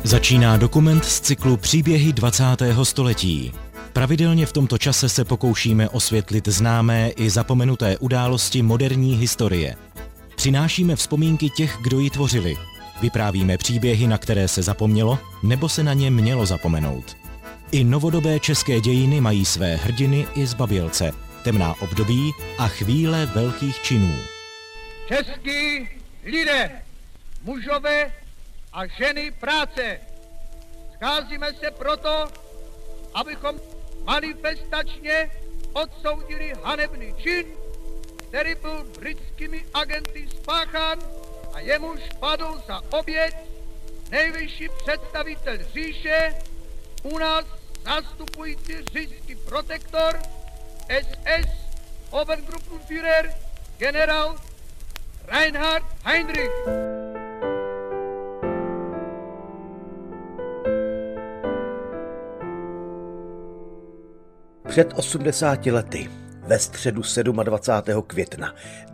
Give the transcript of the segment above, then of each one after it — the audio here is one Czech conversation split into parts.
Začíná dokument z cyklu Příběhy 20. století. Pravidelně v tomto čase se pokoušíme osvětlit známé i zapomenuté události moderní historie. Přinášíme vzpomínky těch, kdo ji tvořili. Vyprávíme příběhy, na které se zapomnělo, nebo se na ně mělo zapomenout. I novodobé české dějiny mají své hrdiny i zbabělce, temná období a chvíle velkých činů. Český lidé, mužové a ženy práce, scházíme se proto, abychom manifestačně odsoudili hanebný čin, který byl britskými agenty spáchán a jemuž padl za oběť nejvyšší představitel říše, u nás zastupující říšský protektor SS Obergruppenführer generál Reinhard Heydrich. Před 80 lety, ve středu 27. května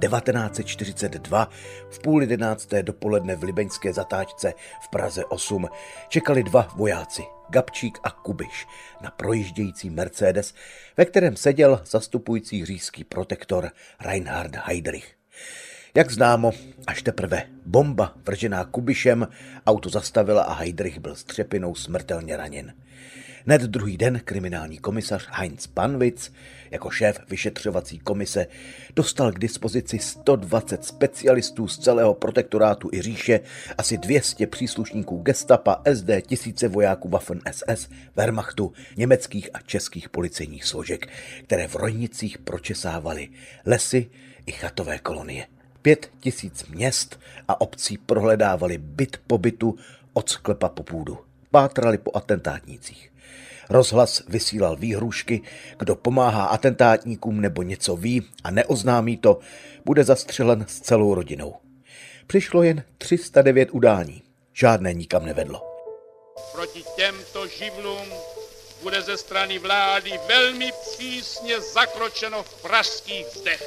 1942 v 10:30 dopoledne v libeňské zatáčce v Praze 8 čekali dva vojáci, Gabčík a Kubiš, na projíždějící Mercedes, ve kterém seděl zastupující říšský protektor Reinhard Heydrich. Jak známo, až teprve bomba vržená Kubišem auto zastavila a Heydrich byl s třepinou smrtelně raněn. Hned druhý den kriminální komisař Heinz Pannwitz jako šéf vyšetřovací komise dostal k dispozici 120 specialistů z celého protektorátu i říše, asi 200 příslušníků gestapa, SD, tisíce vojáků Waffen-SS, Wehrmachtu, německých a českých policejních složek, které v rojnicích pročesávali lesy i chatové kolonie. 5000 měst a obcí prohledávali byt po bytu od sklepa po půdu. Pátrali po atentátnících. Rozhlas vysílal výhrůžky, kdo pomáhá atentátníkům nebo něco ví a neoznámí to, bude zastřelen s celou rodinou. Přišlo jen 309 udání. Žádné nikam nevedlo. Proti těmto živlům bude ze strany vlády velmi přísně zakročeno v pražských zdech.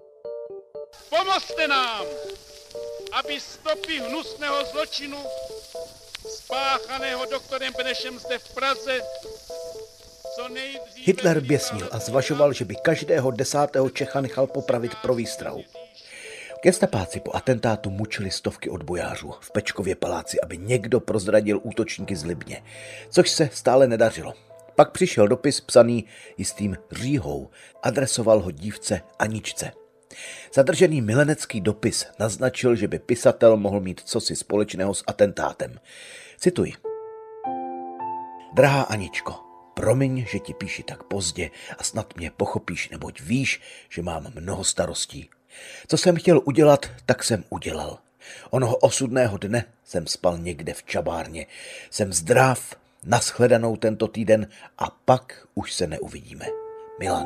Pomozte nám, aby stopy hnusného zločinu spáchaného doktorem Benešem zde v Praze co nejdříve... Hitler běsnil a zvažoval, že by každého 10. Čecha nechal popravit pro výstrahu. Gestapáci po atentátu mučili stovky odbojářů v Pečkově paláci, aby někdo prozradil útočníky z Libně, což se stále nedařilo. Pak přišel dopis psaný jistým Říhou, adresoval ho dívce Aničce. Zadržený milenecký dopis naznačil, že by pisatel mohl mít cosi společného s atentátem. Cituji. Drahá Aničko, promiň, že ti píši tak pozdě a snad mě pochopíš, neboť víš, že mám mnoho starostí. Co jsem chtěl udělat, tak jsem udělal. Onoho osudného dne jsem spal někde v čabárně. Jsem zdrav, nashledanou tento týden a pak už se neuvidíme. Milan.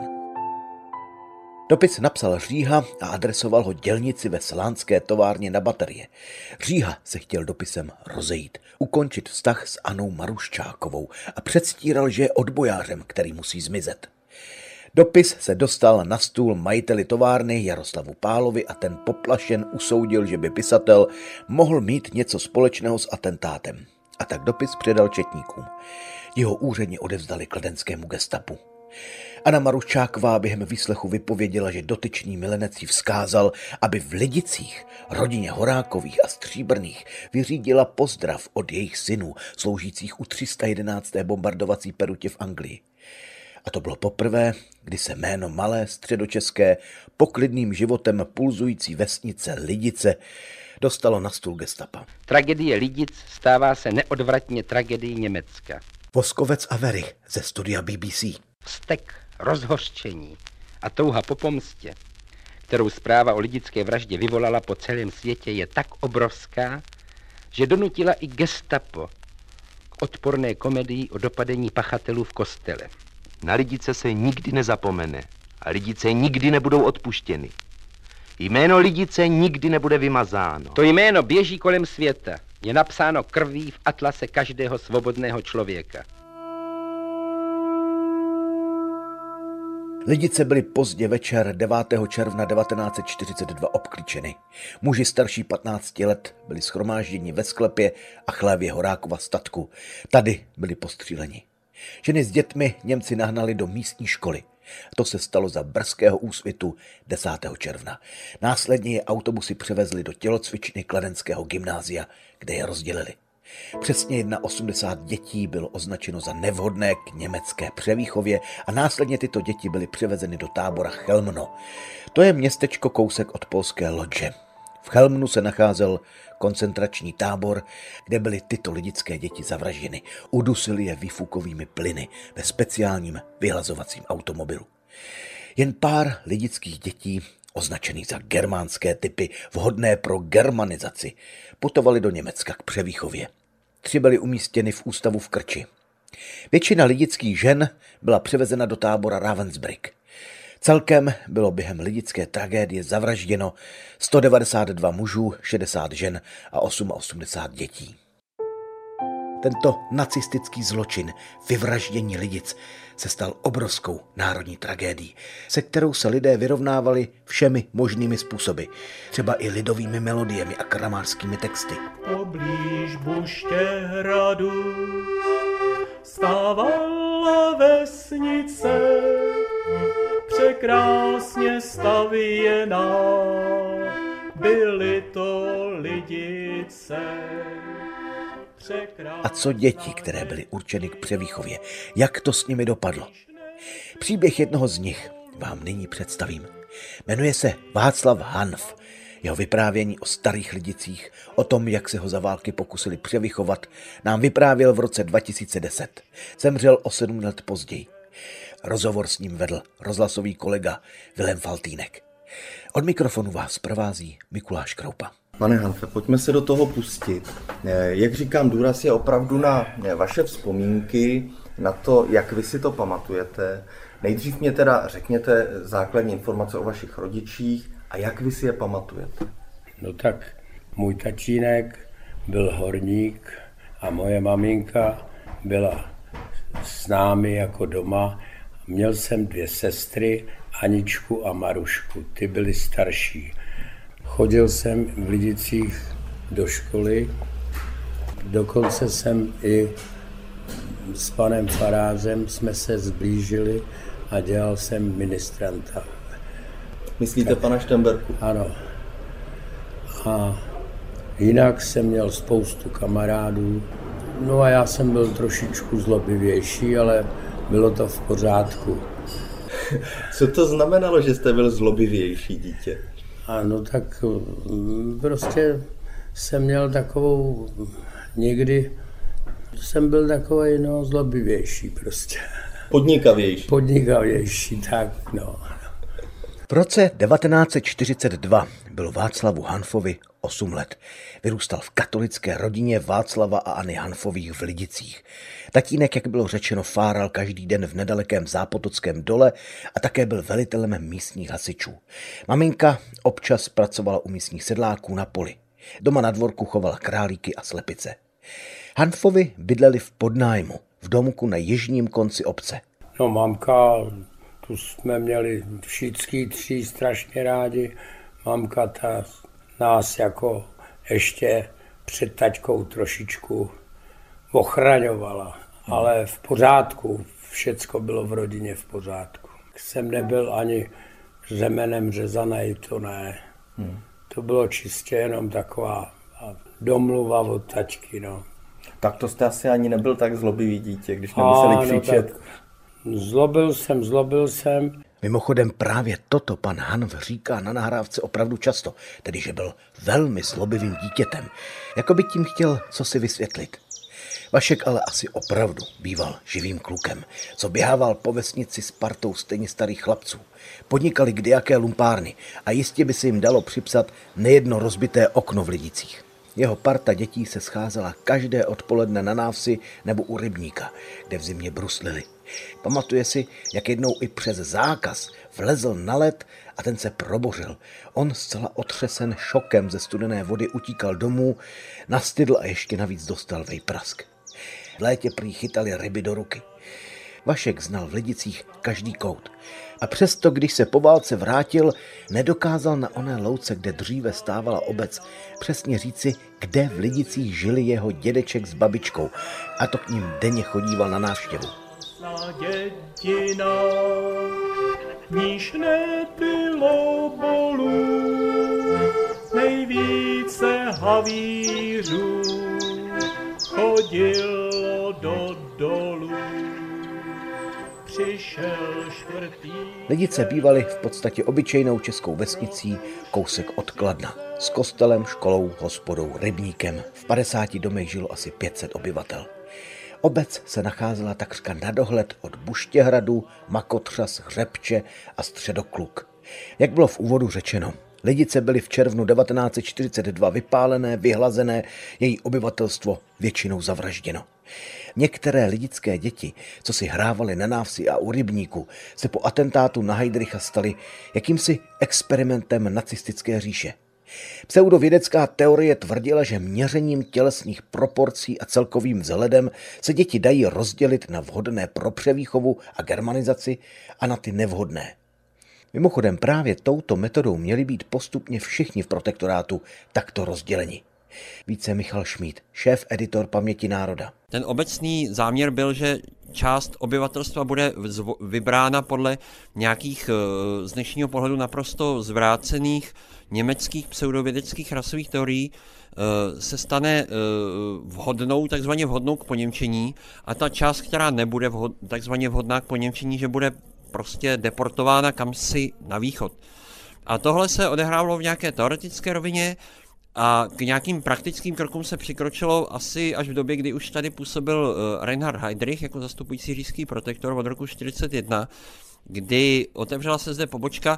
Dopis napsal Říha a adresoval ho dělnici ve slánské továrně na baterie. Říha se chtěl dopisem rozejít, ukončit vztah s Annou Maruščákovou a předstíral, že je odbojářem, který musí zmizet. Dopis se dostal na stůl majiteli továrny Jaroslavu Pálovi a ten poplašen usoudil, že by pisatel mohl mít něco společného s atentátem. A tak dopis předal četníkům. Jeho úředně odevzdali kladenskému gestapu. Anna Maruščáková během výslechu vypověděla, že dotyčný milenec jí vzkázal, aby v Lidicích, rodině Horákových a Stříbrných, vyřídila pozdrav od jejich synů, sloužících u 311. bombardovací perutě v Anglii. A to bylo poprvé, kdy se jméno malé středočeské, poklidným životem pulzující vesnice Lidice dostalo na stůl gestapa. Tragédie Lidic stává se neodvratně tragédií Německa. Voskovec a Werich ze studia BBC. Vztek, rozhořčení a touha po pomstě, kterou zpráva o lidické vraždě vyvolala po celém světě, je tak obrovská, že donutila i gestapo k odporné komedii o dopadení pachatelů v kostele. Na Lidice se nikdy nezapomene a Lidice nikdy nebudou odpuštěny. Jméno Lidice nikdy nebude vymazáno. To jméno běží kolem světa. Je napsáno krví v atlase každého svobodného člověka. Lidice byly pozdě večer 9. června 1942 obklíčeny. Muži starší 15 let byli shromážděni ve sklepě a chlévě Horákova statku. Tady byli postříleni. Ženy s dětmi Němci nahnali do místní školy. To se stalo za brzkého úsvitu 10. června. Následně je autobusy převezli do tělocvičny Kladenského gymnázia, kde je rozdělili. Přesně 81 dětí bylo označeno za nevhodné k německé převýchově a následně tyto děti byly převezeny do tábora Chelmno. To je městečko kousek od polské Lodže. V Chelmnu se nacházel koncentrační tábor, kde byly tyto lidické děti zavražděny. Udusili je výfukovými plyny ve speciálním vyhlazovacím automobilu. Jen pár lidických dětí, označených za germánské typy, vhodné pro germanizaci, putovali do Německa k převýchově. 3 byly umístěny v ústavu v Krči. Většina lidických žen byla převezena do tábora Ravensbrück. Celkem bylo během lidické tragédie zavražděno 192 mužů, 60 žen a 88 dětí. Tento nacistický zločin, vyvraždění Lidic, se stal obrovskou národní tragédií, se kterou se lidé vyrovnávali všemi možnými způsoby, třeba i lidovými melodiemi a kramářskými texty. Poblíž Buštěhradu stávala vesnice, překrásně stavěná, byly to Lidice. A co děti, které byly určeny k převýchově? Jak to s nimi dopadlo? Příběh jednoho z nich vám nyní představím. Jmenuje se Václav Hanf. Jeho vyprávění o starých Lidicích, o tom, jak se ho za války pokusili převychovat, nám vyprávěl v roce 2010. Zemřel o 7 let později. Rozhovor s ním vedl rozhlasový kolega Vilém Faltýnek. Od mikrofonu vás provází Mikuláš Kroupa. Pane Hanfe, pojďme se do toho pustit. Jak říkám, důraz je opravdu na vaše vzpomínky, na to, jak vy si to pamatujete. Nejdřív mě teda řekněte základní informace o vašich rodičích a jak vy si je pamatujete. No tak můj tatínek byl horník a moje maminka byla s námi jako doma. Měl jsem 2 sestry, Aničku a Marušku, ty byly starší. Chodil jsem v Lidicích do školy, dokonce jsem i s panem farářem jsme se zblížili a dělal jsem ministranta. Myslíte pana Štemberku? Ano. A jinak jsem měl spoustu kamarádů. No a já jsem byl trošičku zlobivější, ale bylo to v pořádku. Co to znamenalo, že jste byl zlobivější dítě? Ano, tak prostě jsem měl takovou, někdy jsem byl takový, no, zlobivější prostě. Podnikavější. Podnikavější, tak, no. V roce 1942 byl Václavu Hanfovi 8 let. Vyrůstal v katolické rodině Václava a Anny Hanfových v Lidicích. Tatínek, jak bylo řečeno, fáral každý den v nedalekém Zápotockém dole a také byl velitelem místních hasičů. Maminka občas pracovala u místních sedláků na poli. Doma na dvorku chovala králíky a slepice. Hanfovi bydleli v podnájmu, v domku na jižním konci obce. No mamka, tu jsme měli všichni 3 strašně rádi. Mamka ta nás jako ještě před taťkou trošičku ochraňovala, ale v pořádku, všecko bylo v rodině v pořádku. Jsem nebyl ani řemenem řezanej, to ne. To bylo čistě jenom taková domluva od taťky, no. Tak to jste asi ani nebyl tak zlobivý dítě, když nemuseli křičet. No zlobil jsem. Mimochodem právě toto pan Hanf říká na nahrávce opravdu často, tedy že byl velmi zlobivým dítětem, jako by tím chtěl cosi vysvětlit. Vašek ale asi opravdu býval živým klukem, co běhával po vesnici s partou stejně starých chlapců. Podnikali kdejaké lumpárny a jistě by se jim dalo připsat nejedno rozbité okno v Lidicích. Jeho parta dětí se scházela každé odpoledne na návsi nebo u rybníka, kde v zimě bruslili. Pamatuje si, jak jednou i přes zákaz vlezl na led a ten se probořil. On zcela otřesen šokem ze studené vody utíkal domů, nastydl a ještě navíc dostal vejprask. V létě prý chytali ryby do ruky. Vašek znal v Lidicích každý kout. A přesto, když se po válce vrátil, nedokázal na oné louce, kde dříve stávala obec, přesně říci, kde v Lidicích žili jeho dědeček s babičkou. A to k ním denně chodíval na návštěvu. Dědina, níž nebylo bolů, nejvíce havířů chodilo do dolů. Přišel čtvrtý. Lidice bývaly v podstatě obyčejnou českou vesnicí kousek od Kladna. S kostelem, školou, hospodou, rybníkem. V 50 domech žilo asi 500 obyvatel. Obec se nacházela takřka na dohled od Buštěhradu, Makotřas, Hřebče a Středokluk. Jak bylo v úvodu řečeno, Lidice byly v červnu 1942 vypálené, vyhlazené, její obyvatelstvo většinou zavražděno. Některé lidické děti, co si hrávaly na návsi a u rybníku, se po atentátu na Heydricha staly jakýmsi experimentem nacistické říše. Pseudovědecká teorie tvrdila, že měřením tělesných proporcí a celkovým vzhledem se děti dají rozdělit na vhodné pro převýchovu a germanizaci a na ty nevhodné. Mimochodem právě touto metodou měli být postupně všichni v protektorátu takto rozděleni. Více Michal Šmíd, šéf-editor Paměti národa. Ten obecný záměr byl, že část obyvatelstva bude vybrána podle nějakých z dnešního pohledu naprosto zvrácených německých pseudovědeckých rasových teorií, se stane vhodnou, takzvaně vhodnou k poněmčení, a ta část, která nebude takzvaně vhodná k poněmčení, že bude prostě deportována kamsi na východ. A tohle se odehrávalo v nějaké teoretické rovině a k nějakým praktickým krokům se přikročilo asi až v době, kdy už tady působil Reinhard Heydrich jako zastupující říšský protektor od roku 1941, kdy otevřela se zde pobočka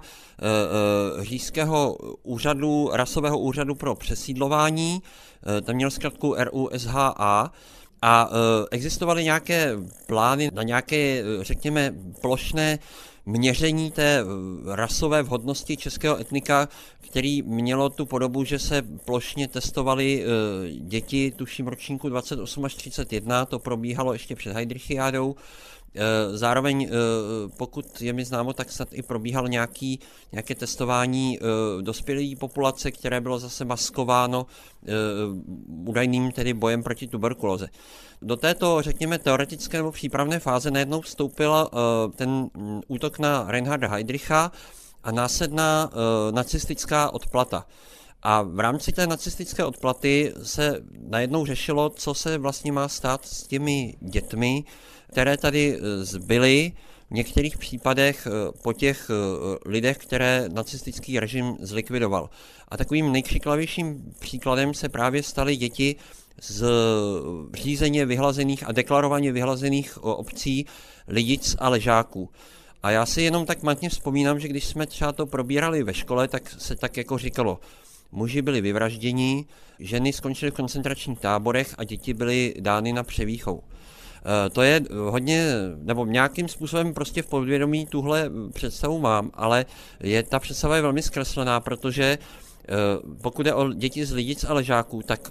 říšského úřadu, rasového úřadu pro přesídlování, tam měl zkratku RUSHA, a existovaly nějaké plány na nějaké, řekněme, plošné měření té rasové vhodnosti českého etnika, který mělo tu podobu, že se plošně testovaly děti, tuším ročníku 28 až 31, to probíhalo ještě před Heydrichiádou. Zároveň, pokud je mi známo, tak snad i probíhalo nějaké testování dospělé populace, které bylo zase maskováno údajným tedy bojem proti tuberkulóze. Do této, řekněme, teoretické nebo přípravné fáze najednou vstoupil ten útok na Reinharda Heydricha a následná nacistická odplata. A v rámci té nacistické odplaty se najednou řešilo, co se vlastně má stát s těmi dětmi, které tady zbyly v některých případech po těch lidech, které nacistický režim zlikvidoval. A takovým nejkřiklavějším příkladem se právě staly děti z řízeně vyhlazených a deklarovaně vyhlazených obcí Lidic a Ležáků. A já si jenom tak matně vzpomínám, že když jsme třeba to probírali ve škole, tak se tak jako říkalo, muži byli vyvražděni, ženy skončily v koncentračních táborech a děti byly dány na převýchovu. To je hodně, nebo nějakým způsobem prostě v podvědomí tuhle představu mám, ale ta představa je velmi zkreslená, protože pokud je o děti z Lidic a Ležáků, tak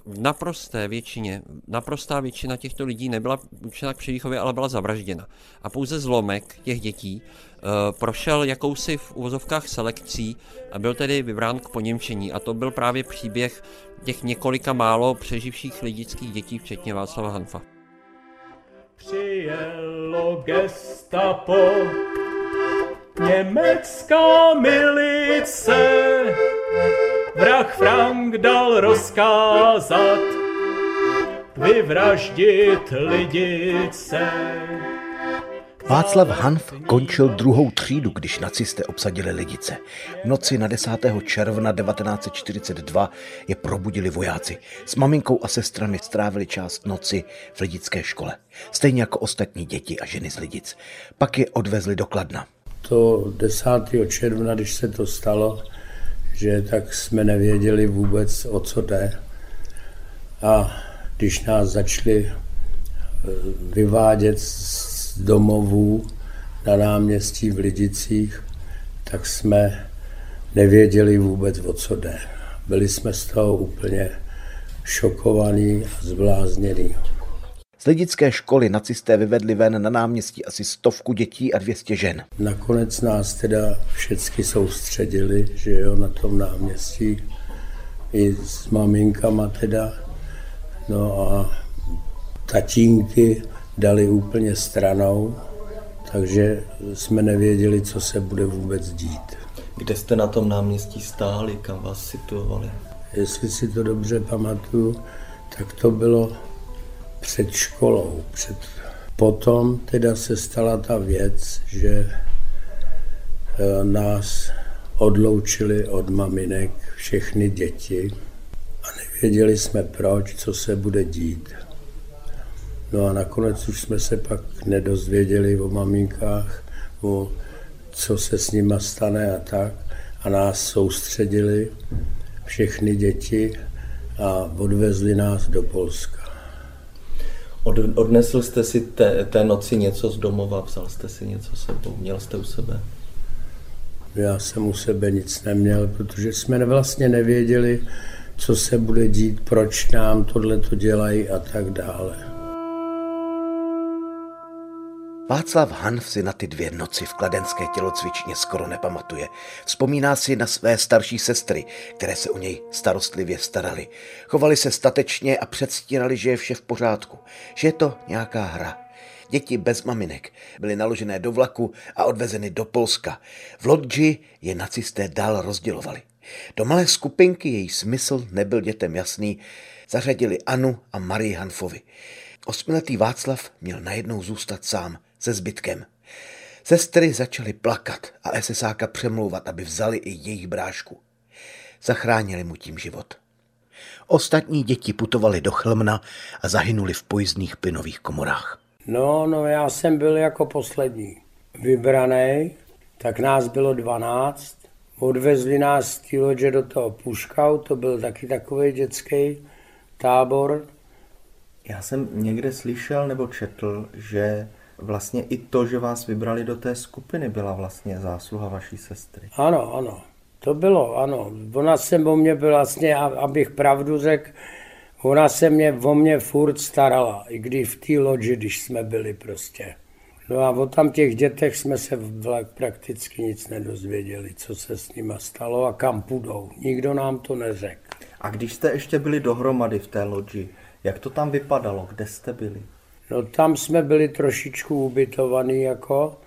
naprostá většina těchto lidí nebyla učena k převýchově, ale byla zavražděna. A pouze zlomek těch dětí prošel jakousi v uvozovkách selekcí a byl tedy vybrán k poněmčení. A to byl právě příběh těch několika málo přeživších lidických dětí, včetně Václava Hanfa. Přijelo gestapo, německá milice, vrah Frank dal rozkázat vyvraždit Lidice. Václav Hanf končil 2. třídu, když nacisté obsadili Lidice. V noci na 10. června 1942 je probudili vojáci. S maminkou a sestrami strávili část noci v lidické škole. Stejně jako ostatní děti a ženy z Lidic. Pak je odvezli do Kladna. To 10. června, když se to stalo, že tak jsme nevěděli vůbec, o co jde. A když nás začali vyvádět z domovů na náměstí v Lidicích, tak jsme nevěděli vůbec, o co jde. Byli jsme z toho úplně šokovaní a zbláznění. Z lidické školy nacisté vyvedli ven na náměstí asi 100 dětí a 200 žen. Nakonec nás teda všechny soustředili, že jo, na tom náměstí. I s maminkama teda. No a tatínky dali úplně stranou, takže jsme nevěděli, co se bude vůbec dít. Kde jste na tom náměstí stáli, kam vás situovali? Jestli si to dobře pamatuju, tak to bylo před školou. Potom teda se stala ta věc, že nás odloučili od maminek všechny děti a nevěděli jsme proč, co se bude dít. No a nakonec už jsme se pak nedozvěděli o maminkách, o co se s nima stane a tak. A nás soustředili všechny děti a odvezli nás do Polska. Odnesl jste si té noci něco z domova, vzal jste si něco sebou, měl jste u sebe? Já jsem u sebe nic neměl, protože jsme vlastně nevěděli, co se bude dít, proč nám tohleto dělají a tak dále. Václav Hanf si na ty 2 noci v kladenské tělocvičně skoro nepamatuje. Vzpomíná si na své starší sestry, které se o něj starostlivě starali. Chovali se statečně a předstírali, že je vše v pořádku, že je to nějaká hra. Děti bez maminek byly naložené do vlaku a odvezeny do Polska. V Lodži je nacisté dál rozdělovali. Do malé skupinky, její smysl nebyl dětem jasný, zařadili Anu a Marii Hanfovi. 8letý Václav měl najednou zůstat sám se zbytkem. Sestry začaly plakat a SSáka přemlouvat, aby vzali i jejich brášku. Zachránili mu tím život. Ostatní děti putovali do Chlmna a zahynuli v pojízdných plynových komorách. No, já jsem byl jako poslední vybraný, tak nás bylo 12. Odvezli nás z té lodže do toho Puškau, to byl taky takový dětský tábor. Já jsem někde slyšel nebo četl, že vlastně i to, že vás vybrali do té skupiny, byla vlastně zásluha vaší sestry. Ano, to bylo, ano. Ona se o mě byla vlastně, abych pravdu řekl, ona se o mě furt starala, i když v té lodži, když jsme byli prostě. No a o tam těch dětech jsme se prakticky nic nedozvěděli, co se s nima stalo a kam půjdou. Nikdo nám to neřekl. A když jste ještě byli dohromady v té lodži, jak to tam vypadalo? Kde jste byli? No tam jsme byli trošičku ubytovaný jako,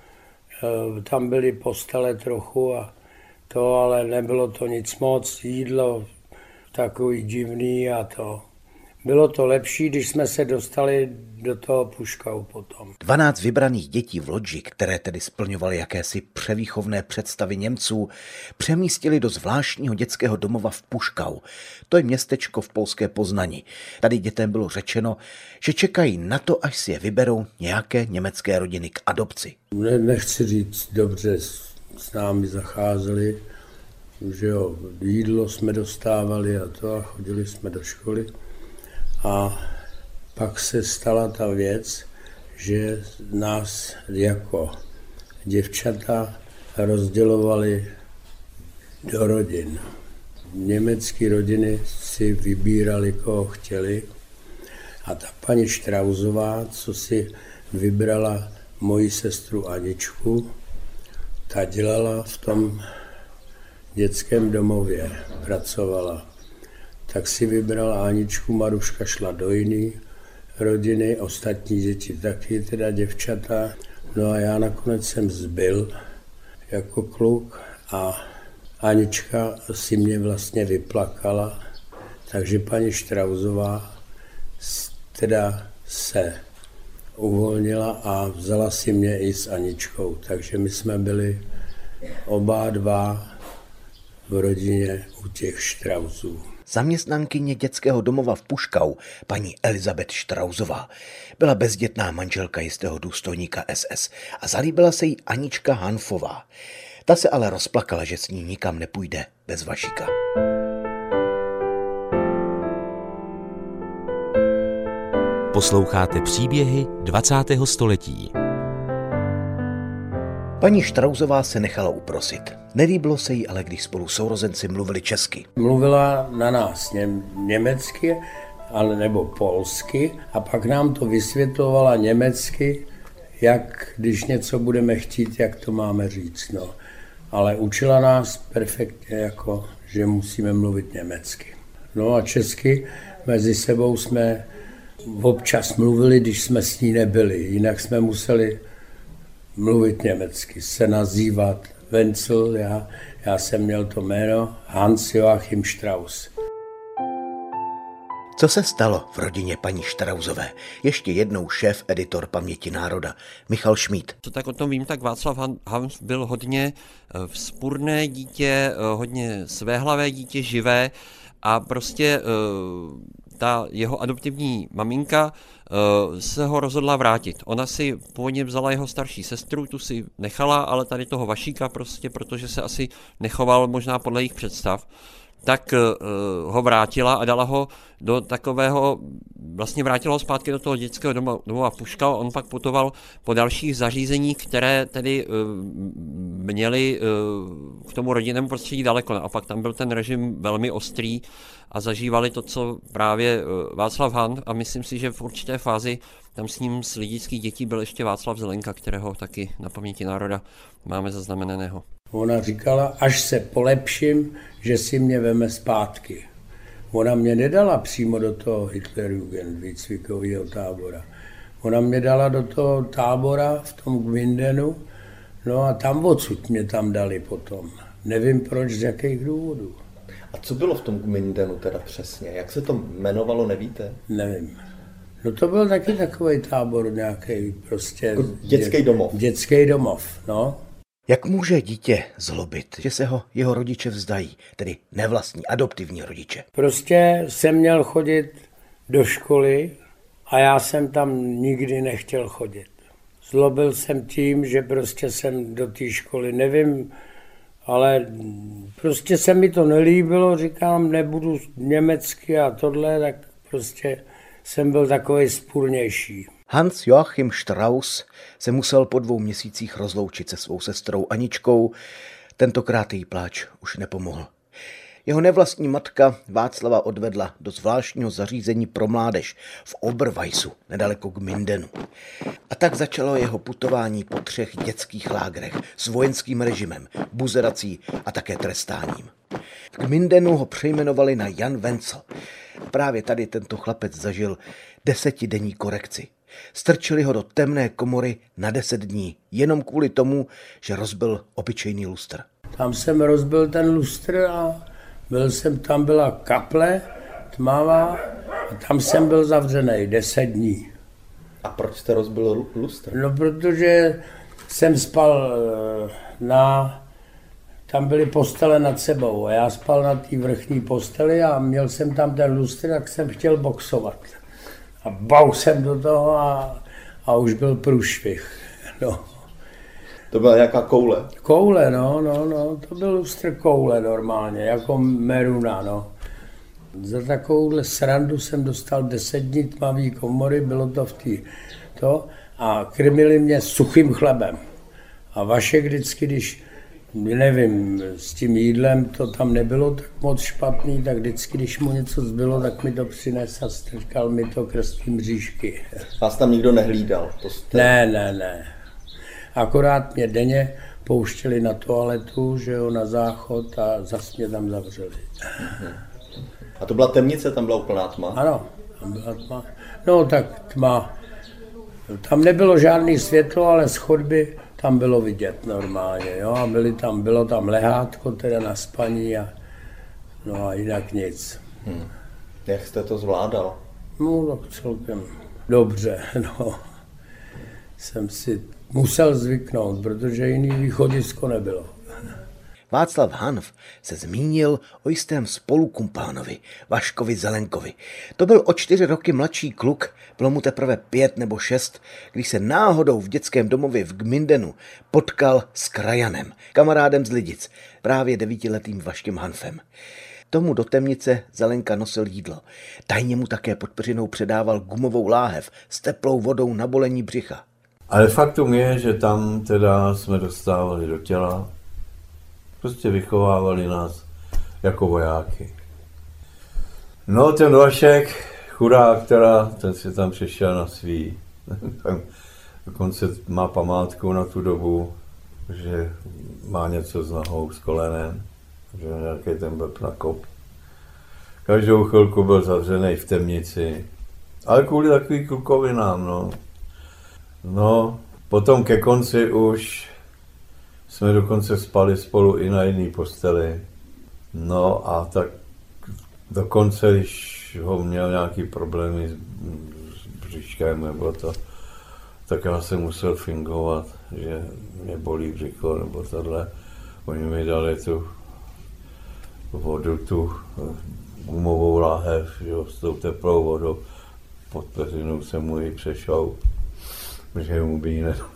tam byly postele trochu a to, ale nebylo to nic moc, jídlo takový divný a to. Bylo to lepší, když jsme se dostali do toho Puškau potom. 12 vybraných dětí v Lodži, které tedy splňovaly jakési převýchovné představy Němců, přemístili do zvláštního dětského domova v Puškau. To je městečko v polské Poznani. Tady dětem bylo řečeno, že čekají na to, až si je vyberou nějaké německé rodiny k adopci. Nechci říct, dobře s námi zacházeli, že jo, jídlo jsme dostávali a to a chodili jsme do školy. A pak se stala ta věc, že nás jako děvčata rozdělovali do rodin. Německé rodiny si vybírali, koho chtěli. A ta paní Štrausová, co si vybrala moji sestru Aničku, ta dělala v tom dětském domově, pracovala. Tak si vybrala Aničku, Maruška šla do jiné rodiny, ostatní děti taky, teda děvčata. No a já nakonec jsem zbyl jako kluk a Anička si mě vlastně vyplakala, takže paní Štrausová teda se uvolnila a vzala si mě i s Aničkou, takže my jsme byli oba dva v rodině u těch Štrausů. Zaměstnankyně dětského domova v Puškau, paní Elizabeth Štrausová, byla bezdětná manželka jistého důstojníka SS a zalíbila se jí Anička Hanfová. Ta se ale rozplakala, že s ní nikam nepůjde bez Vašika. Posloucháte příběhy 20. století. Paní Štrausová se nechala uprosit. Nelíbilo se jí ale, když spolu sourozenci mluvili česky. Mluvila na nás německy ale nebo polsky, a pak nám to vysvětlovala německy, jak když něco budeme chtít, jak to máme říct. No. Ale učila nás perfektně, jako, že musíme mluvit německy. No a česky mezi sebou jsme občas mluvili, když jsme s ní nebyli. Jinak jsme museli mluvit německy, se nazývat Wenzel, já jsem měl to jméno Hans Joachim Strauss. Co se stalo v rodině paní Štrausové? Ještě jednou šéf-editor Paměti národa Michal Šmíd. Co tak o tom vím, tak Václav Hanf byl hodně vzpurné dítě, hodně svéhlavé dítě, živé a prostě ta jeho adoptivní maminka se ho rozhodla vrátit. Ona si původně vzala jeho starší sestru, tu si nechala, ale tady toho Vašíka prostě, protože se asi nechoval možná podle jejich představ, tak ho vrátila a dala ho do takového, vlastně vrátila ho zpátky do toho dětského domova Puška. On pak putoval po dalších zařízeních, které tedy měly k tomu rodinnému prostředí daleko. A pak tam byl ten režim velmi ostrý a zažívali to, co právě Václav Hanf, a myslím si, že v určité fázi tam s ním z lidických dětí byl ještě Václav Zelenka, kterého taky na Paměti národa máme zaznamenaného. Ona říkala, až se polepším, že si mě veme zpátky. Ona mě nedala přímo do toho Hitlerjugend, výcvikového tábora. Ona mě dala do toho tábora v tom Gmündenu, no a tam odsud mě tam dali potom. Nevím proč, z jakých důvodů. A co bylo v tom Gmündenu teda přesně? Jak se to jmenovalo, nevíte? Nevím. No to byl taky takový tábor nějaký prostě... Dětský domov. Dětský domov, no. Jak může dítě zlobit, že se ho jeho rodiče vzdají, tedy nevlastní, adoptivní rodiče? Prostě jsem měl chodit do školy a já jsem tam nikdy nechtěl chodit. Zlobil jsem tím, že prostě jsem do té školy, nevím, ale prostě se mi to nelíbilo, říkám, nebudu německy a tohle, tak prostě jsem byl takovej spurnější. Hans Joachim Strauss se musel po 2 měsících rozloučit se svou sestrou Aničkou, tentokrát jí pláč už nepomohl. Jeho nevlastní matka Václava odvedla do zvláštního zařízení pro mládež v Oberweissu, nedaleko Gmündenu. A tak začalo jeho putování po 3 dětských lágrech s vojenským režimem, buzerací a také trestáním. V Gmündenu ho přejmenovali na Jan Wenzel. Právě tady tento chlapec zažil 10denní korekci. Strčili ho do temné komory na 10 dní, jenom kvůli tomu, že rozbil obyčejný lustr. Tam jsem rozbil ten lustr a tam byla kaple tmavá a tam jsem byl zavřený 10 dní. A proč jste rozbil lustr? No, protože jsem spal tam byly postele nad sebou a já spal na té vrchní posteli a měl jsem tam ten lustr, tak jsem chtěl boxovat. A bau jsem do toho a už byl průšvih. No. To byla jaká koule? Koule, no, to byl lustr koule normálně, jako meruna, no. Za takovouhle srandu jsem dostal 10 dní tmavý komory, bylo to a krmili mě suchým chlebem. A Vašek vždycky, když, nevím, s tím jídlem to tam nebylo tak moc špatný, tak vždycky, když mu něco zbylo, tak mi to přines a strkal mi to krství mřížky. Vás tam nikdo nehlídal? Ne. Akorát mě denně pouštěli na toaletu, že jo, na záchod a zas mě tam zavřeli. A to byla temnice, tam byla úplná tma? Ano, tam byla tma. No tak tma. Tam nebylo žádný světlo, ale z chodby tam bylo vidět normálně, jo, a bylo tam lehátko teda na spaní a jinak nic. Jak jste to zvládal? No tak celkem dobře, no. Jsem si musel zvyknout, protože jiný východisko nebylo. Václav Hanf se zmínil o jistém spolukumpánovi, Vaškovi Zelenkovi. To byl o 4 roky mladší kluk, bylo mu teprve 5 nebo 6, když se náhodou v dětském domově v Gmündenu potkal s krajanem, kamarádem z Lidic, právě 9letým Vaškem Hanfem. Tomu do temnice Zelenka nosil jídlo. Tajně mu také pod peřinou předával gumovou láhev s teplou vodou na bolení břicha. Ale faktum je, že tam teda jsme dostávali do těla. Prostě vychovávali nás jako vojáky. No ten Vašek, chudák, ten si tam přišel na svý. Dokonce má památku na tu dobu, že má něco s nohou, s kolenem, že nějaký ten blb na kop. Každou chvilku byl zavřený v temnici, ale kvůli takový klukovinám, no. No, potom ke konci už jsme dokonce spali spolu i na jedné posteli. No a tak dokonce, když ho měl nějaký problémy s břiškem nebo to, tak já jsem musel fingovat, že mě bolí břicho nebo tohle. Oni mi dali tu vodu, tu gumovou láhev, jo, s tou teplou vodou. Pod peřinou jsem mu ji přešel, že mu by ji nedali.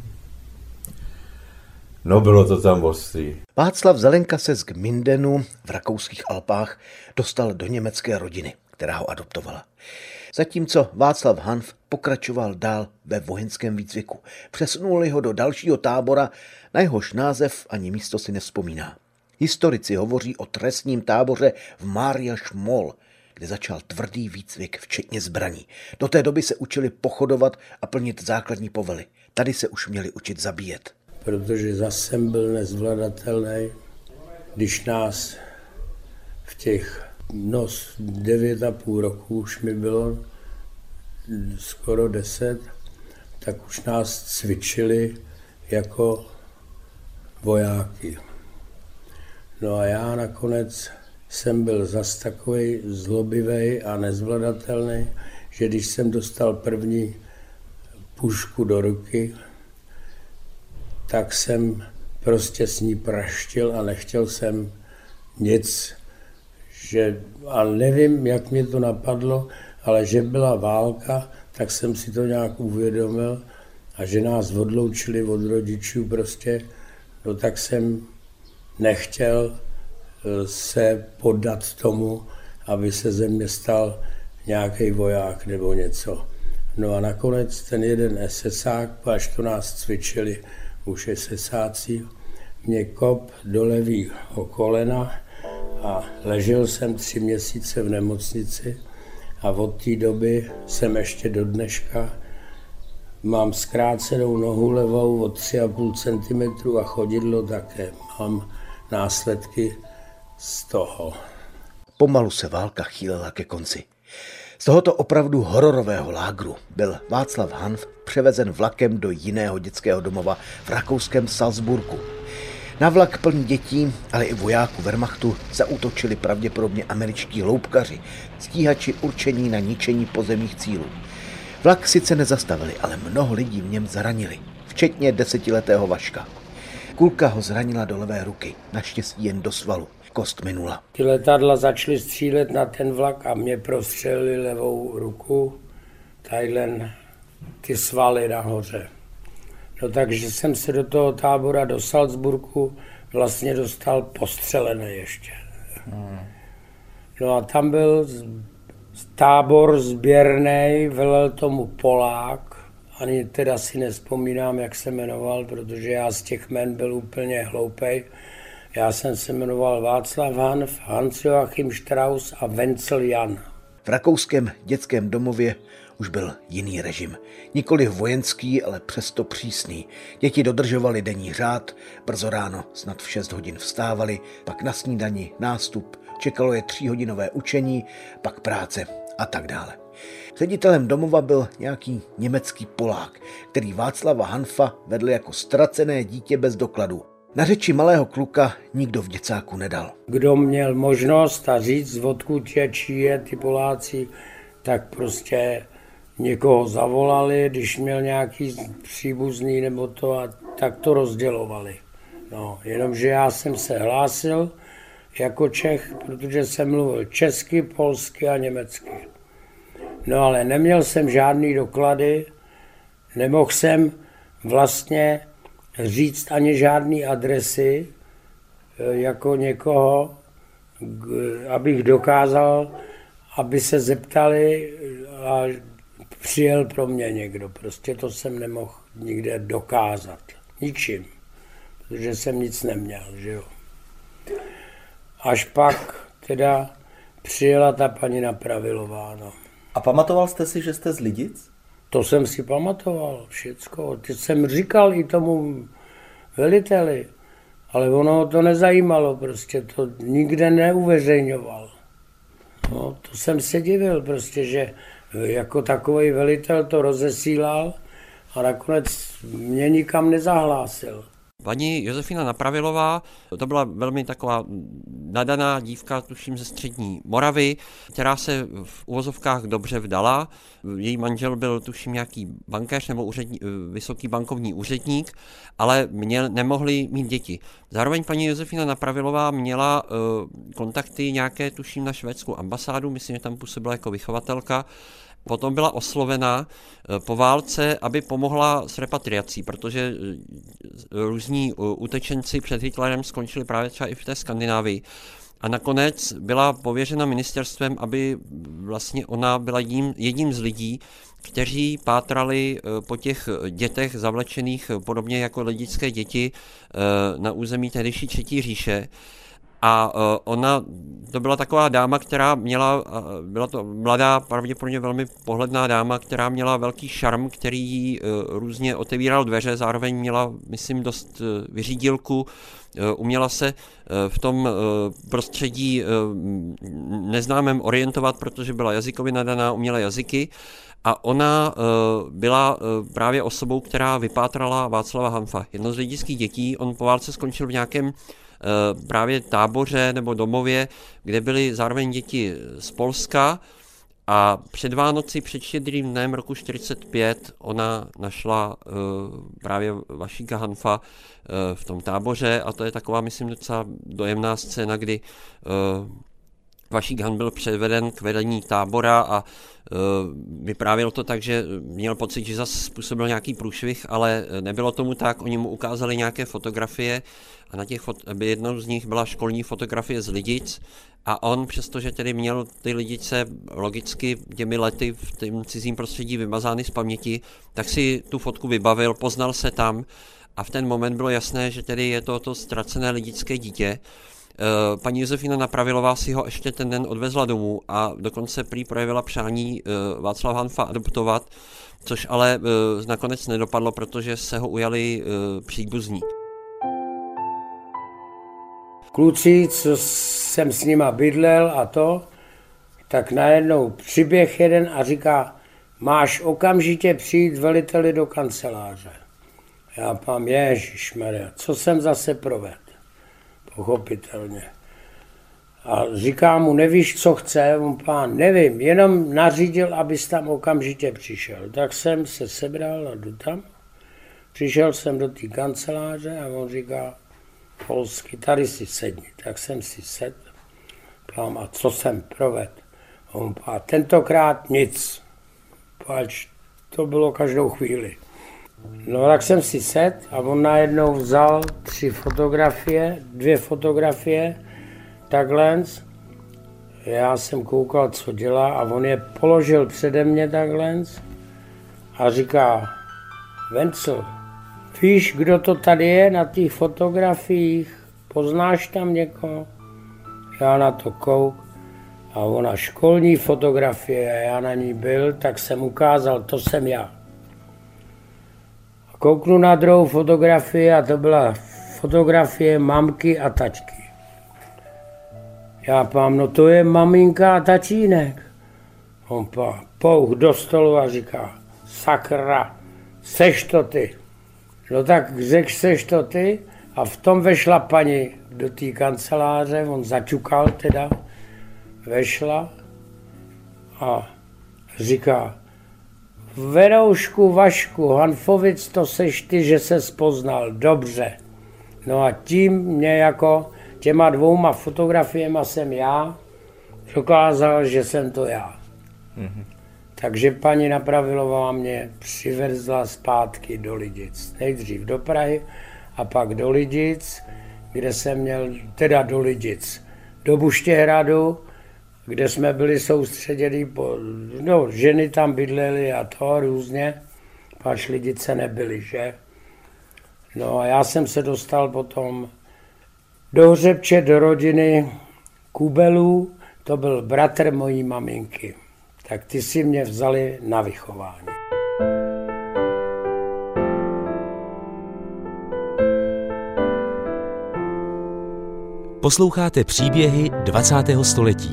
No, bylo to tam ostrý. Václav Zelenka se z Gmündenu v rakouských Alpách dostal do německé rodiny, která ho adoptovala. Zatímco Václav Hanf pokračoval dál ve vojenském výcviku. Přesunuli ho do dalšího tábora, na jehož název ani místo si nevzpomíná. Historici hovoří o trestním táboře v Mariaschmol, kde začal tvrdý výcvik, včetně zbraní. Do té doby se učili pochodovat a plnit základní povely. Tady se už měli učit zabíjet. Protože zase jsem byl nezvladatelný, když nás v těch 9,5 roku už mi bylo skoro 10, tak už nás cvičili jako vojáky. No a já nakonec jsem byl zas takovej zlobivý a nezvladatelný, že když jsem dostal první pušku do ruky, tak jsem prostě s ní praštil a nechtěl jsem nic, a nevím, jak mě to napadlo, ale že byla válka, tak jsem si to nějak uvědomil a že nás odloučili od rodičů prostě, no tak jsem nechtěl se poddat tomu, aby se ze mě stal nějaký voják nebo něco. No a nakonec ten jeden SSák, až to nás cvičili, už SSáci, mě kop do levýho kolena a ležel jsem 3 měsíce v nemocnici a od té doby jsem ještě do dneška mám zkrácenou nohu levou od 3,5 cm a chodidlo také. Mám následky z toho. Pomalu se válka chýlela ke konci. Z tohoto opravdu hororového lágru byl Václav Hanf převezen vlakem do jiného dětského domova v rakouském Salzburgu. Na vlak plný dětí, ale i vojáků Wehrmachtu zaútočili pravděpodobně američtí hloubkaři, stíhači určení na ničení pozemních cílů. Vlak sice nezastavili, ale mnoho lidí v něm zranili, včetně 10letého Vaška. Kulka ho zranila do levé ruky, naštěstí jen do svalu. Kost minula. Ty letadla začaly střílet na ten vlak a mě prostřelili levou ruku, tadyhle ty svaly nahoře. No takže jsem se do toho tábora do Salzburgu vlastně dostal postřelený ještě. No a tam byl tábor sběrnej, velel tomu Polák, ani teda si nevzpomínám, jak se jmenoval, protože já z těch jmen byl úplně hloupej. Já jsem se jmenoval Václav Hanf, Hans-Joachim Strauss a Wenzel Jan. V rakouském dětském domově už byl jiný režim. Nikoliv vojenský, ale přesto přísný. Děti dodržovaly denní řád, brzo ráno snad v 6 hodin vstávali, pak na snídani, nástup, čekalo je 3hodinové učení, pak práce a tak dále. Ředitelem domova byl nějaký německý Polák, který Václava Hanfa vedl jako ztracené dítě bez dokladů. Na řeči malého kluka nikdo v děcáku nedal. Kdo měl možnost a říct, odkud je, čí je ty Poláci, tak prostě někoho zavolali, když měl nějaký příbuzný nebo to, a tak to rozdělovali. No, jenomže já jsem se hlásil jako Čech, protože jsem mluvil česky, polsky a německy. No ale neměl jsem žádný doklady, nemohl jsem vlastně říct ani žádný adresy jako někoho, abych dokázal, aby se zeptali a přijel pro mě někdo. Prostě to jsem nemohl nikde dokázat. Ničím. Protože jsem nic neměl, že jo. Až pak teda přijela ta paní Napravilová, no. A pamatoval jste si, že jste z Lidic? To jsem si pamatoval všecko. Teď jsem říkal i tomu veliteli, ale ono to nezajímalo, prostě to nikde neuveřejňoval. No, to jsem se divil prostě, že jako takový velitel to rozesílal a nakonec mě nikam nezahlásil. Paní Josefina Napravilová, to byla velmi taková nadaná dívka, tuším ze střední Moravy, která se v uvozovkách dobře vdala. Její manžel byl tuším nějaký bankéř nebo vysoký bankovní úředník, ale nemohli mít děti. Zároveň paní Josefina Napravilová měla kontakty nějaké, tuším, na švédskou ambasádu, myslím, že tam působila jako vychovatelka. Potom byla oslovena po válce, aby pomohla s repatriací, protože různí utečenci před Hitlerem skončili právě třeba i v té Skandinávii. A nakonec byla pověřena ministerstvem, aby vlastně ona byla jedním z lidí, kteří pátrali po těch dětech zavlečených podobně jako lidické děti na území tehdejší Třetí říše. A ona, to byla taková dáma, která byla to mladá, pravděpodobně velmi pohledná dáma, která měla velký šarm, který jí různě otevíral dveře, zároveň měla, myslím, dost vyřídilku, uměla se v tom prostředí neznámém orientovat, protože byla jazykově nadaná, uměla jazyky. A ona byla právě osobou, která vypátrala Václava Hanfa, jedno z lidických dětí. On po válce skončil v nějakém právě táboře nebo domově, kde byly zároveň děti z Polska a před Vánoci, před Štědrým dnem roku 1945 ona našla právě Vašíka Hanfa v tom táboře a to je taková, myslím, docela dojemná scéna, kdy Vašík Han byl převeden k vedení tábora a vyprávěl to tak, že měl pocit, že zase způsobil nějaký průšvih, ale nebylo tomu tak. Oni mu ukázali nějaké fotografie a na těch jednou z nich byla školní fotografie z Lidic a on, přestože tedy měl ty Lidice logicky těmi lety v tom cizím prostředí vymazány z paměti, tak si tu fotku vybavil, poznal se tam a v ten moment bylo jasné, že tedy je to ztracené lidické dítě. Paní Josefina Napravilová si ho ještě ten den odvezla domů a dokonce prý projevila přání Václava Hanfa adoptovat, což ale nakonec nedopadlo, protože se ho ujali příbuzní. Kluci, co jsem s nima bydlel a to, tak najednou přiběh jeden a říká, máš okamžitě přijít veliteli do kanceláře. Já pám, ježišmarja, co jsem zase provedl? Pochopitelně. A říká mu, nevíš, co chce? On pán, nevím, jenom nařídil, abys tam okamžitě přišel. Tak jsem se sebral a jdu tam. Přišel jsem do té kanceláře a on říká polsky, tady si sedni. Tak jsem si sedl. Pán, a co jsem provedl? On pán, tentokrát nic. Páč, to bylo každou chvíli. No tak jsem si sedl a on najednou vzal 2 fotografie, takhle. Já jsem koukal, co dělá a on je položil přede mě takhle a říká, Vencel, víš, kdo to tady je na těch fotografiích? Poznáš tam někoho? Já na to kouk a ona školní fotografie, já na ní byl, tak jsem ukázal, to jsem já. Kouknu na druhou fotografii a to byla fotografie mamky a tačky. Já pám, no to je maminka a tačínek. On pá, pouh do stolu a říká, sakra, seš to ty. No tak řekl, seš to ty a v tom vešla paní do té kanceláře, on začukal teda, vešla a říká, Veroušku, Vašku, Hanfovic, to seš ty, že se spoznal, dobře. No a tím mě jako těma 2 fotografiema jsem já dokázal, že jsem to já. Mm-hmm. Takže paní Napravilová mě přivezla zpátky do Lidic. Nejdřív do Prahy a pak do Lidic, kde jsem měl, teda do Lidic, do Buštěhradu, kde jsme byli soustředěni, ženy tam bydlely a to různě, pač Lidice nebyly, že? No a já jsem se dostal potom do Hřebče, do rodiny Kubelů, to byl bratr mojí maminky. tak ty si mě vzali na vychování. Posloucháte příběhy 20. století.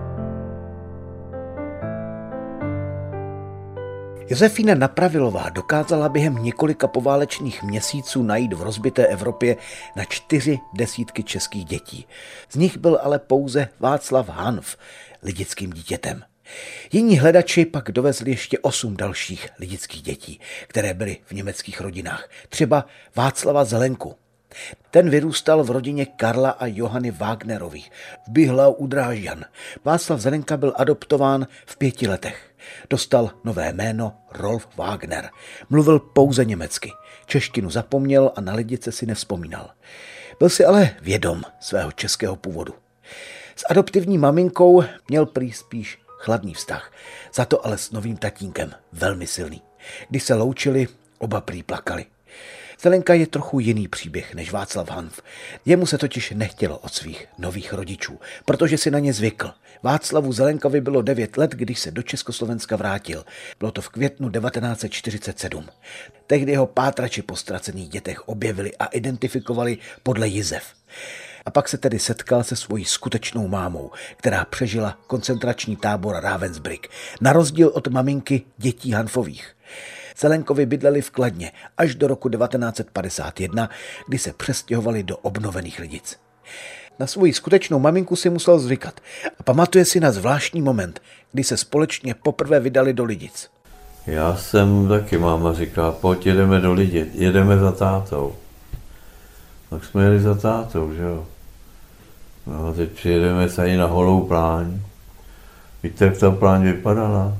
Josefína Napravilová dokázala během několika poválečných měsíců najít v rozbité Evropě na 4 desítky českých dětí. Z nich byl ale pouze Václav Hanf lidickým dítětem. Jiní hledači pak dovezli ještě 8 dalších lidických dětí, které byly v německých rodinách. Třeba Václava Zelenku. Ten vyrůstal v rodině Karla a Johany Wagnerových v Bihlau u Drážďan. Václav Zelenka byl adoptován v 5 letech. Dostal nové jméno Rolf Wagner. Mluvil pouze německy. Češtinu zapomněl a na Lidice si nevzpomínal. Byl si ale vědom svého českého původu. S adoptivní maminkou měl prý spíš chladný vztah. Za to ale s novým tatínkem velmi silný. Když se loučili, oba prý plakali. Zelenka je trochu jiný příběh než Václav Hanf. Jemu se totiž nechtělo od svých nových rodičů, protože si na ně zvykl. Václavu Zelenkovi bylo 9 let, když se do Československa vrátil. Bylo to v květnu 1947. Tehdy ho pátrači po ztracených dětech objevili a identifikovali podle jizev. A pak se tedy setkal se svojí skutečnou mámou, která přežila koncentrační tábor Ravensbrück, na rozdíl od maminky dětí Hanfových. Zelenkovi bydleli v Kladně až do roku 1951, kdy se přestěhovali do obnovených Lidic. Na svoji skutečnou maminku si musel zvykat a pamatuje si na zvláštní moment, kdy se společně poprvé vydali do Lidic. Já jsem taky, máma říká, pojď, jedeme do Lidic, jedeme za tátou. Tak jsme jeli za tátou, že jo. No a teď přijedeme tady na holou pláň. Víte, jak ta pláň vypadala?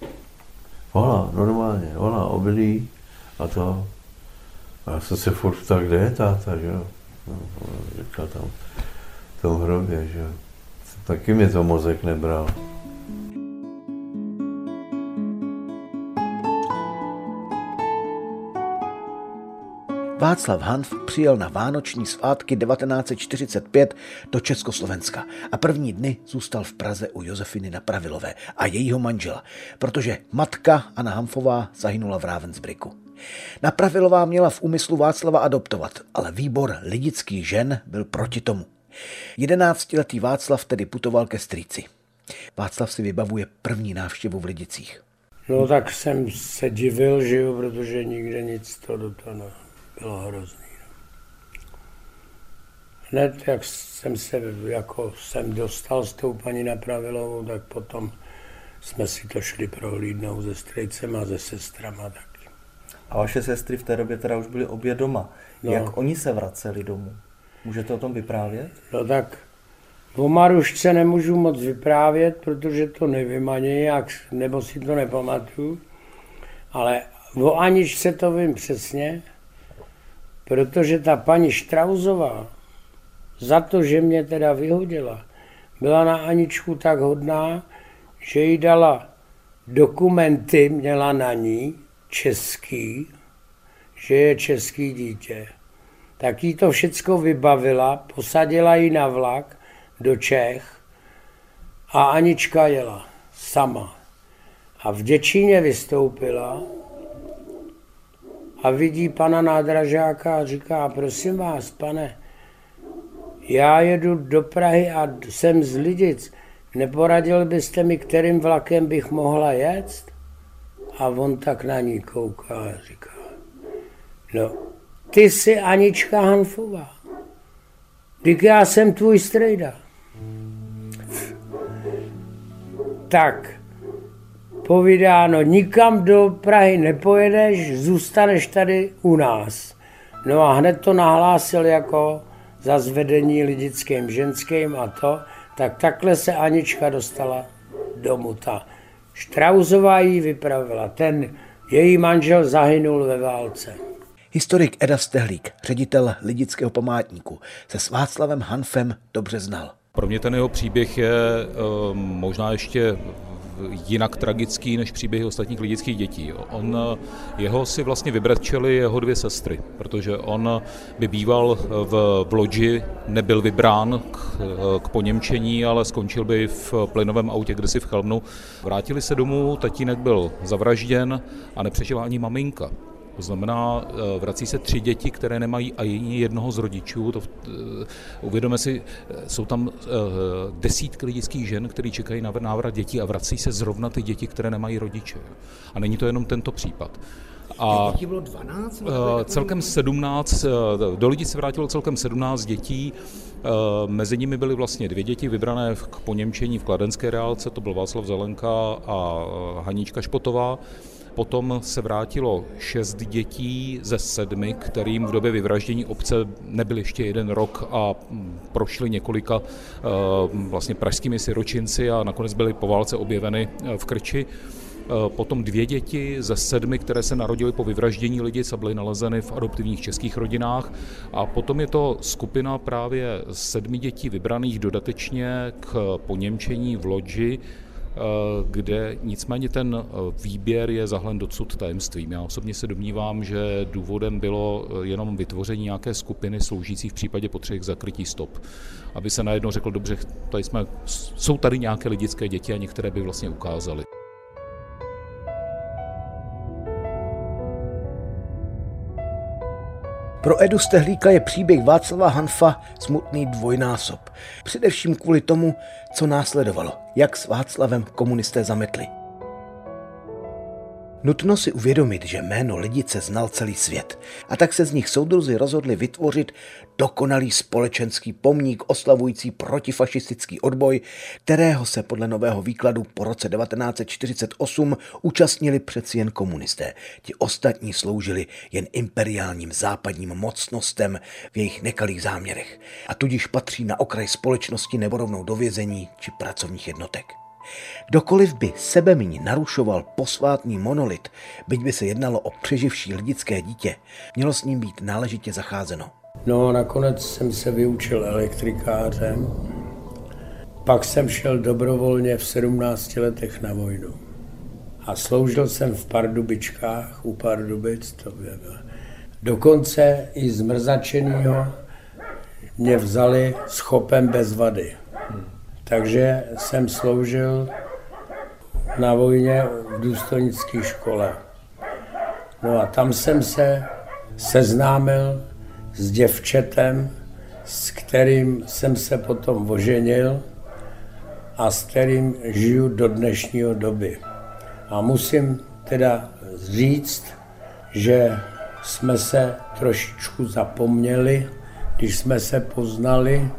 Hola, normálně, hola, obilí a to. A já jsem se furt ptal, kde je táta, že jo. No, říkal tam v tom hrobě, že jo. Taky mě to mozek nebral. Václav Hanf přijel na vánoční svátky 1945 do Československa a první dny zůstal v Praze u Josefiny Napravilové a jejího manžela, protože matka Anna Hanfová zahynula v Ravensbrücku. Napravilová měla v úmyslu Václava adoptovat, ale výbor lidických žen byl proti tomu. 11letý Václav tedy putoval ke strýci. Václav si vybavuje první návštěvu v Lidicích. No tak jsem se divil, že jo, protože nikde nic to do toho bylo hrozný. Hned, jak jsem dostal s tou paní Napravilovou, tak potom jsme si to šli prohlídnout se strejcem a se sestrama taky. A vaše sestry v té době teda už byly obě doma. No. Jak oni se vraceli domů? Můžete o tom vyprávět? No tak o Marušce nemůžu moc vyprávět, protože to nevím ani jak, nebo si to nepamatuju. Ale o Aničce to vím přesně, protože ta paní Štrausová za to, že mě teda vyhodila, byla na Aničku tak hodná, že jí dala dokumenty, měla na ní český, že je český dítě. Tak jí to všecko vybavila, posadila ji na vlak do Čech a Anička jela sama. A v Děčíně vystoupila a vidí pana nádražáka a říká, prosím vás, pane, já jedu do Prahy a jsem z Lidic, neporadil byste mi, kterým vlakem bych mohla jet? A on tak na ní kouká a říká, no, ty jsi Anička Hanfová, když já jsem tvůj strejda. Tak, povídáno, nikam do Prahy nepojedeš, zůstaneš tady u nás. No a hned to nahlásil jako za zvedení lidickým ženským a to, tak takhle se Anička dostala domů. Ta Štrausová jí vypravila, ten její manžel zahynul ve válce. Historik Eda Stehlík, ředitel Lidického památníku, se s Václavem Hanfem dobře znal. Pro mě ten jeho příběh je možná ještě jinak tragický než příběhy ostatních lidických dětí. Jeho si vlastně vybrečely jeho 2 sestry, protože on by býval v lodži, nebyl vybrán k poněmčení, ale skončil by v plynovém autě kdesi v Chelmnu. Vrátili se domů, tatínek byl zavražděn a nepřežila ani maminka. To znamená, vrací se 3 děti, které nemají ani jednoho z rodičů. Uvědomme si, jsou tam desítky lidických žen, které čekají na návrat dětí a vrací se zrovna ty děti, které nemají rodiče. A není to jenom tento případ. A dětí bylo 12? Celkem 17, do Lidic se vrátilo celkem 17 dětí, mezi nimi byly vlastně 2 děti vybrané k poněmčení v kladenské reálce, to byl Václav Zelenka a Hanička Špotová. Potom se vrátilo 6 dětí ze 7, kterým v době vyvraždění obce nebyl ještě 1 rok a prošli několika vlastně pražskými siročinci a nakonec byly po válce objeveny v Krči. Potom 2 děti ze 7, které se narodily po vyvraždění Lidic a byly nalezeny v adoptivních českých rodinách. A potom je to skupina právě 7 dětí vybraných dodatečně k poněmčení v lodži, kde nicméně ten výběr je zahlen docud tajemstvím. Já osobně se domnívám, že důvodem bylo jenom vytvoření nějaké skupiny sloužící v případě potřeby k zakrytí stop. Aby se najednou řekl, dobře, jsou tady nějaké lidické děti a některé by vlastně ukázaly. Pro Edu Stehlíka je příběh Václava Hanfa smutný dvojnásob. Především kvůli tomu, co následovalo, jak s Václavem komunisté zametli. Nutno si uvědomit, že jméno Lidice znal celý svět a tak se z nich soudruzi rozhodli vytvořit dokonalý společenský pomník oslavující protifašistický odboj, kterého se podle nového výkladu po roce 1948 účastnili přeci jen komunisté. Ti ostatní sloužili jen imperiálním západním mocnostem v jejich nekalých záměrech a tudíž patří na okraj společnosti nebo rovnou do vězení či pracovních jednotek. Kdokoliv by sebemíň narušoval posvátný monolit, byť by se jednalo o přeživší lidické dítě, mělo s ním být náležitě zacházeno. No, nakonec jsem se vyučil elektrikářem, pak jsem šel dobrovolně v 17 letech na vojnu. A sloužil jsem v Pardubičkách, u Pardubic, to bylo. Dokonce i zmrzačenýho mě vzali s chopem bez vady. Takže jsem sloužil na vojně v důstojnické škole. No a tam jsem se seznámil s děvčetem, s kterým jsem se potom oženil a s kterým žiju do dnešního doby. A musím teda říct, že jsme se trošičku zapomněli, když jsme se poznali,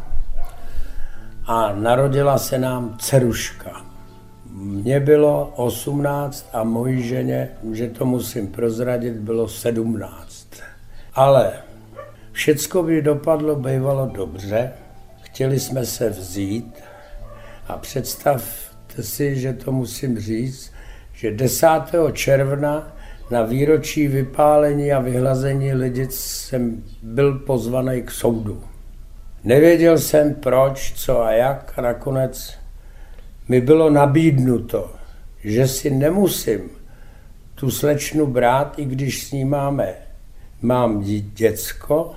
a narodila se nám dceruška. Mně bylo 18 a mojí ženě, že to musím prozradit, bylo 17. Ale všecko by dopadlo, bývalo dobře, chtěli jsme se vzít a představte si, že to musím říct, že 10. června na výročí vypálení a vyhlazení Lidic jsem byl pozvaný k soudu. Nevěděl jsem proč, co a jak a nakonec mi bylo nabídnuto, že si nemusím tu slečnu brát, i když s ní mám děcko,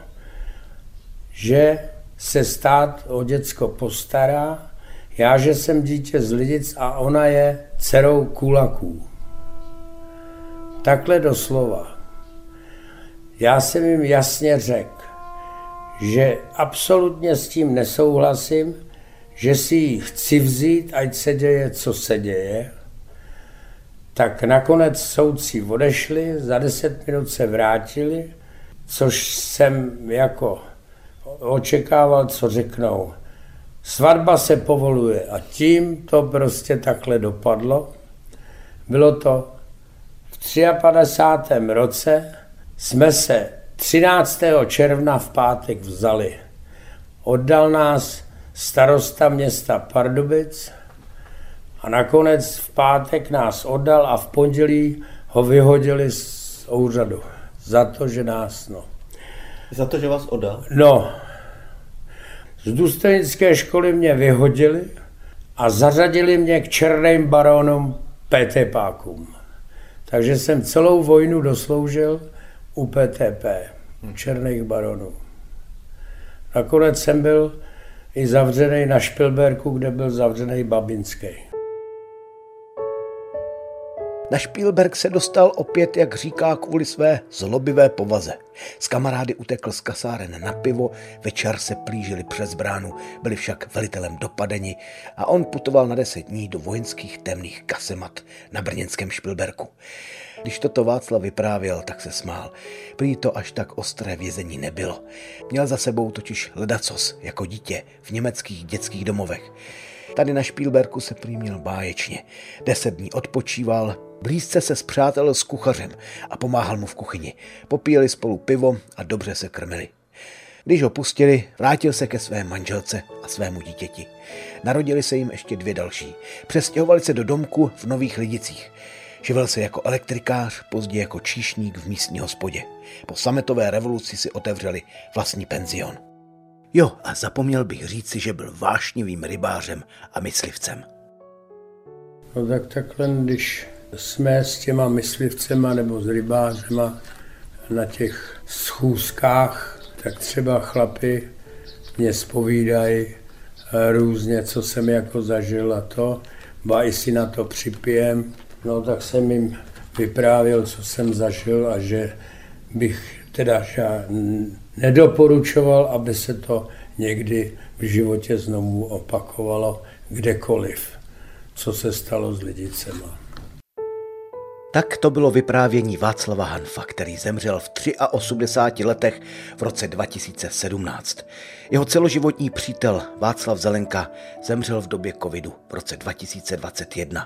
že se stát o děcko postará, já, že jsem dítě z Lidic a ona je dcerou kulaků. Takhle doslova. Já jsem jim jasně řekl, že absolutně s tím nesouhlasím, že si ji chci vzít, ať se děje, co se děje. Tak nakonec soudci odešli, za 10 minut se vrátili, což jsem jako očekával, co řeknou. Svatba se povoluje a tím to prostě takhle dopadlo. Bylo to v 53. roce, jsme se 13. června v pátek vzali. Oddal nás starosta města Pardubic a nakonec v pátek nás oddal a v pondělí ho vyhodili z úřadu. Za to, že nás, Za to, že vás oddal? No. Z důstojnické školy mě vyhodili a zařadili mě k černým baronům PTPákům. Takže jsem celou vojnu dosloužil u PTP, u černých baronů. Nakonec jsem byl i zavřený na Špilberku, kde byl zavřený Babinský. Na Špilberk se dostal opět, jak říká, kvůli své zlobivé povaze. S kamarády utekl z kasáren na pivo, večer se plížili přes bránu, byli však velitelem dopadeni a on putoval na 10 dní do vojenských temných kasemat na brněnském Špilberku. Když toto Václav vyprávěl, tak se smál. Prý to až tak ostré vězení nebylo. Měl za sebou totiž ledacos jako dítě v německých dětských domovech. Tady na Špilberku se prý měl báječně. 10 dní odpočíval, blízce se spřátelil s kuchařem a pomáhal mu v kuchyni. Popíjeli spolu pivo a dobře se krmili. Když ho pustili, vrátil se ke své manželce a svému dítěti. Narodili se jim ještě 2 další. Přestěhovali se do domku v Nových Lidicích. Živil se jako elektrikář, později jako číšník v místní hospodě. Po sametové revoluci si otevřeli vlastní penzion. Jo, a zapomněl bych říci, že byl vášnivým rybářem a myslivcem. No tak takhle, když jsme s těma myslivcema nebo s rybářema na těch schůzkách, tak třeba chlapi mě zpovídají různě, co jsem jako zažil a to, ba i si na to připijem. No tak jsem jim vyprávěl, co jsem zažil a že bych teda nedoporučoval, aby se to někdy v životě znovu opakovalo kdekoliv, co se stalo s Lidicema. Tak to bylo vyprávění Václava Hanfa, který zemřel v 83 letech v roce 2017. Jeho celoživotní přítel Václav Zelenka zemřel v době covidu v roce 2021.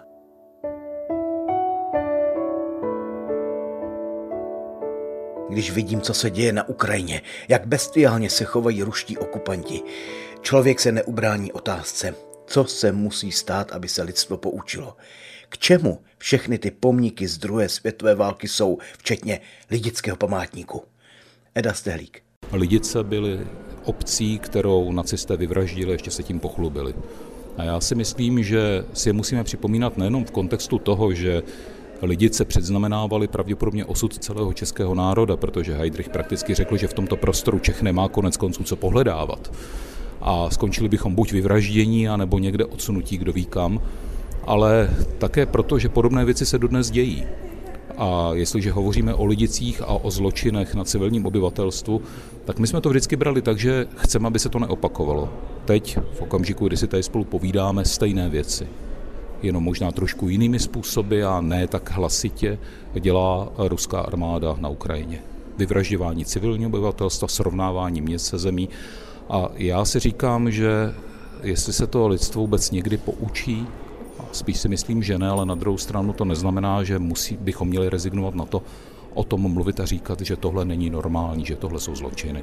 Když vidím, co se děje na Ukrajině, jak bestiálně se chovají ruští okupanti, člověk se neubrání otázce, co se musí stát, aby se lidstvo poučilo. K čemu všechny ty pomníky z druhé světové války jsou, včetně Lidického památníku? Eda Stehlík. Lidice byly obcí, kterou nacisté vyvraždili, ještě se tím pochlubili. A já si myslím, že si je musíme připomínat nejenom v kontextu toho, že Lidice předznamenávali pravděpodobně osud celého českého národa, protože Heydrich prakticky řekl, že v tomto prostoru Čech nemá konec konců co pohledávat. A skončili bychom buď vyvraždění, anebo někde odsunutí, kdo ví kam, ale také proto, že podobné věci se dodnes dějí. A jestliže hovoříme o Lidicích a o zločinech na civilním obyvatelstvu, tak my jsme to vždycky brali tak, že chceme, aby se to neopakovalo. Teď, v okamžiku, kdy si tady spolu povídáme, stejné věci. Jenom možná trošku jinými způsoby a ne tak hlasitě dělá ruská armáda na Ukrajině. Vyvražďování civilního obyvatelstva, srovnávání měst se zemí. A já si říkám, že jestli se to lidstvo vůbec někdy poučí, spíš si myslím, že ne, ale na druhou stranu to neznamená, že bychom měli rezignovat na to, o tom mluvit a říkat, že tohle není normální, že tohle jsou zločiny.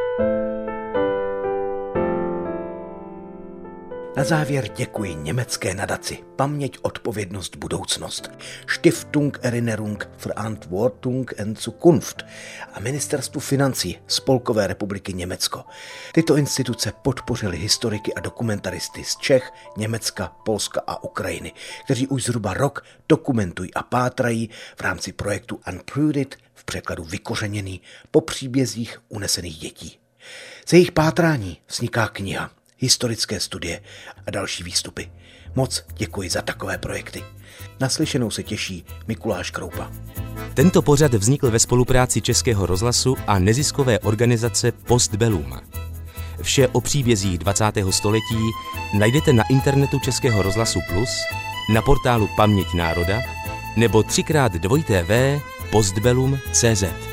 Na závěr děkuji německé nadaci Paměť, odpovědnost, budoucnost, Stiftung Erinnerung, Verantwortung und Zukunft a Ministerstvu financí Spolkové republiky Německo. Tyto instituce podpořily historiky a dokumentaristy z Čech, Německa, Polska a Ukrajiny, kteří už zhruba rok dokumentují a pátrají v rámci projektu Unpruded, v překladu vykořeněný, po příbězích unesených dětí. Z jejich pátrání vzniká kniha, historické studie a další výstupy. Moc děkuji za takové projekty. Naslyšenou se těší Mikuláš Kroupa. Tento pořad vznikl ve spolupráci Českého rozhlasu a neziskové organizace Postbellum. Vše o příbězích 20. století najdete na internetu Českého rozhlasu Plus, na portálu Paměť národa nebo 3x2tv postbellum.cz.